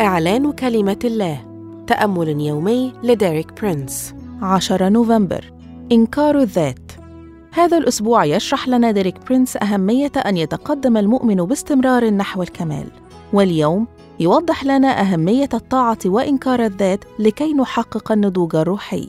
إعلان كلمة الله. تأمل يومي لديريك برينس. 10 نوفمبر. إنكار الذات. هذا الأسبوع يشرح لنا ديريك برينس أهمية أن يتقدم المؤمن باستمرار نحو الكمال، واليوم يوضح لنا أهمية الطاعة وإنكار الذات لكي نحقق النضوج الروحي.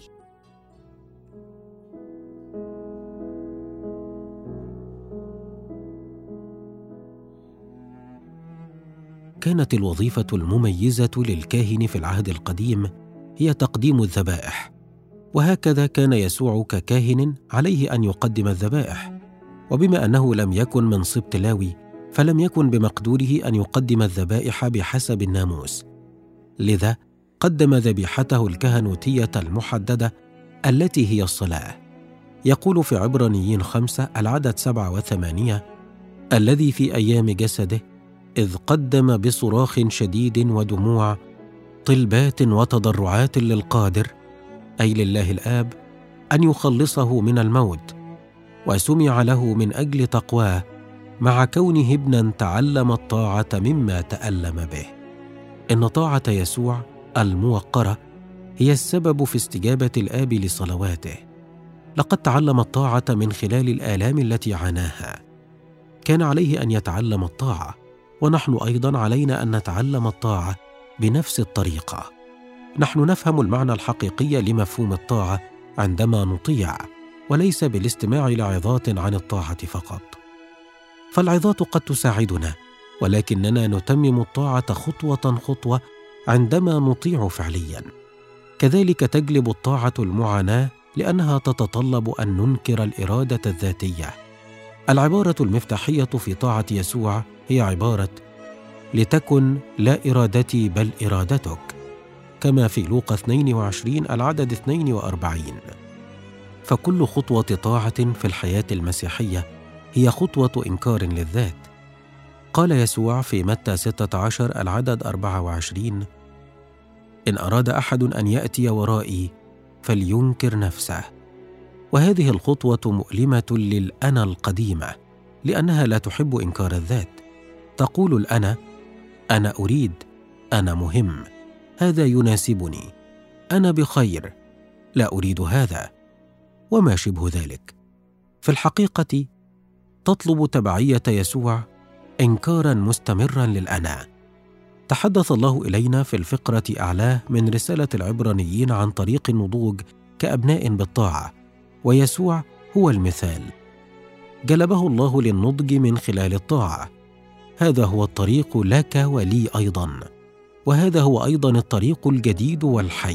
كانت الوظيفة المميزة للكاهن في العهد القديم هي تقديم الذبائح، وهكذا كان يسوع ككاهن عليه أن يقدم الذبائح، وبما أنه لم يكن من سبط لاوي فلم يكن بمقدوره أن يقدم الذبائح بحسب الناموس، لذا قدم ذبيحته الكهنوتية المحددة التي هي الصلاة. يقول في عبرانيين 5 العدد 7 و8: الذي في أيام جسده إذ قدم بصراخ شديد ودموع طلبات وتضرعات للقادر، أي لله الآب، أن يخلصه من الموت، وسمع له من أجل تقواه مع كونه ابنا تعلم الطاعة مما تألم به. إن طاعة يسوع الموقرة هي السبب في استجابة الآب لصلواته. لقد تعلم الطاعة من خلال الآلام التي عاناها. كان عليه أن يتعلم الطاعة، ونحن أيضاً علينا أن نتعلم الطاعة بنفس الطريقة. نحن نفهم المعنى الحقيقي لمفهوم الطاعة عندما نطيع، وليس بالاستماع لعظات عن الطاعة فقط. فالعظات قد تساعدنا، ولكننا نتمم الطاعة خطوة خطوة عندما نطيع فعلياً. كذلك تجلب الطاعة المعاناة، لأنها تتطلب أن ننكر الإرادة الذاتية. العبارة المفتاحية في طاعة يسوع هي عبارة لتكن لا إرادتي بل إرادتك، كما في لوقا 22 العدد 42. فكل خطوة طاعة في الحياة المسيحية هي خطوة إنكار للذات. قال يسوع في متى 16 العدد 24: إن أراد أحد أن يأتي ورائي فلينكر نفسه. وهذه الخطوة مؤلمة للأنا القديمة، لأنها لا تحب إنكار الذات. تقول الأنا: أنا أريد، أنا مهم، هذا يناسبني، أنا بخير، لا أريد هذا، وما شبه ذلك. في الحقيقة تطلب تبعية يسوع إنكاراً مستمراً للأنا. تحدث الله إلينا في الفقرة أعلاه من رسالة العبرانيين عن طريق النضوج كأبناء بالطاعة، ويسوع هو المثال. جلبه الله للنضج من خلال الطاعة. هذا هو الطريق لك ولي أيضاً، وهذا هو أيضاً الطريق الجديد والحي.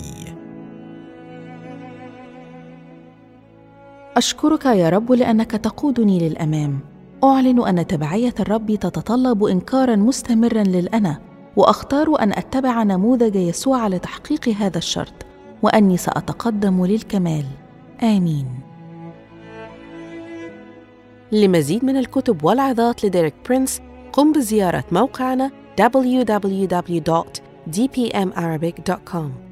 أشكرك يا رب لأنك تقودني للأمام. أعلن أن تبعية الرب تتطلب إنكاراً مستمراً للأنا، وأختار أن أتبع نموذج يسوع لتحقيق هذا الشرط، وأني سأتقدم للكمال. آمين. لمزيد من الكتب والعظات لديريك برينس قم بزيارة موقعنا www.dpmarabic.com.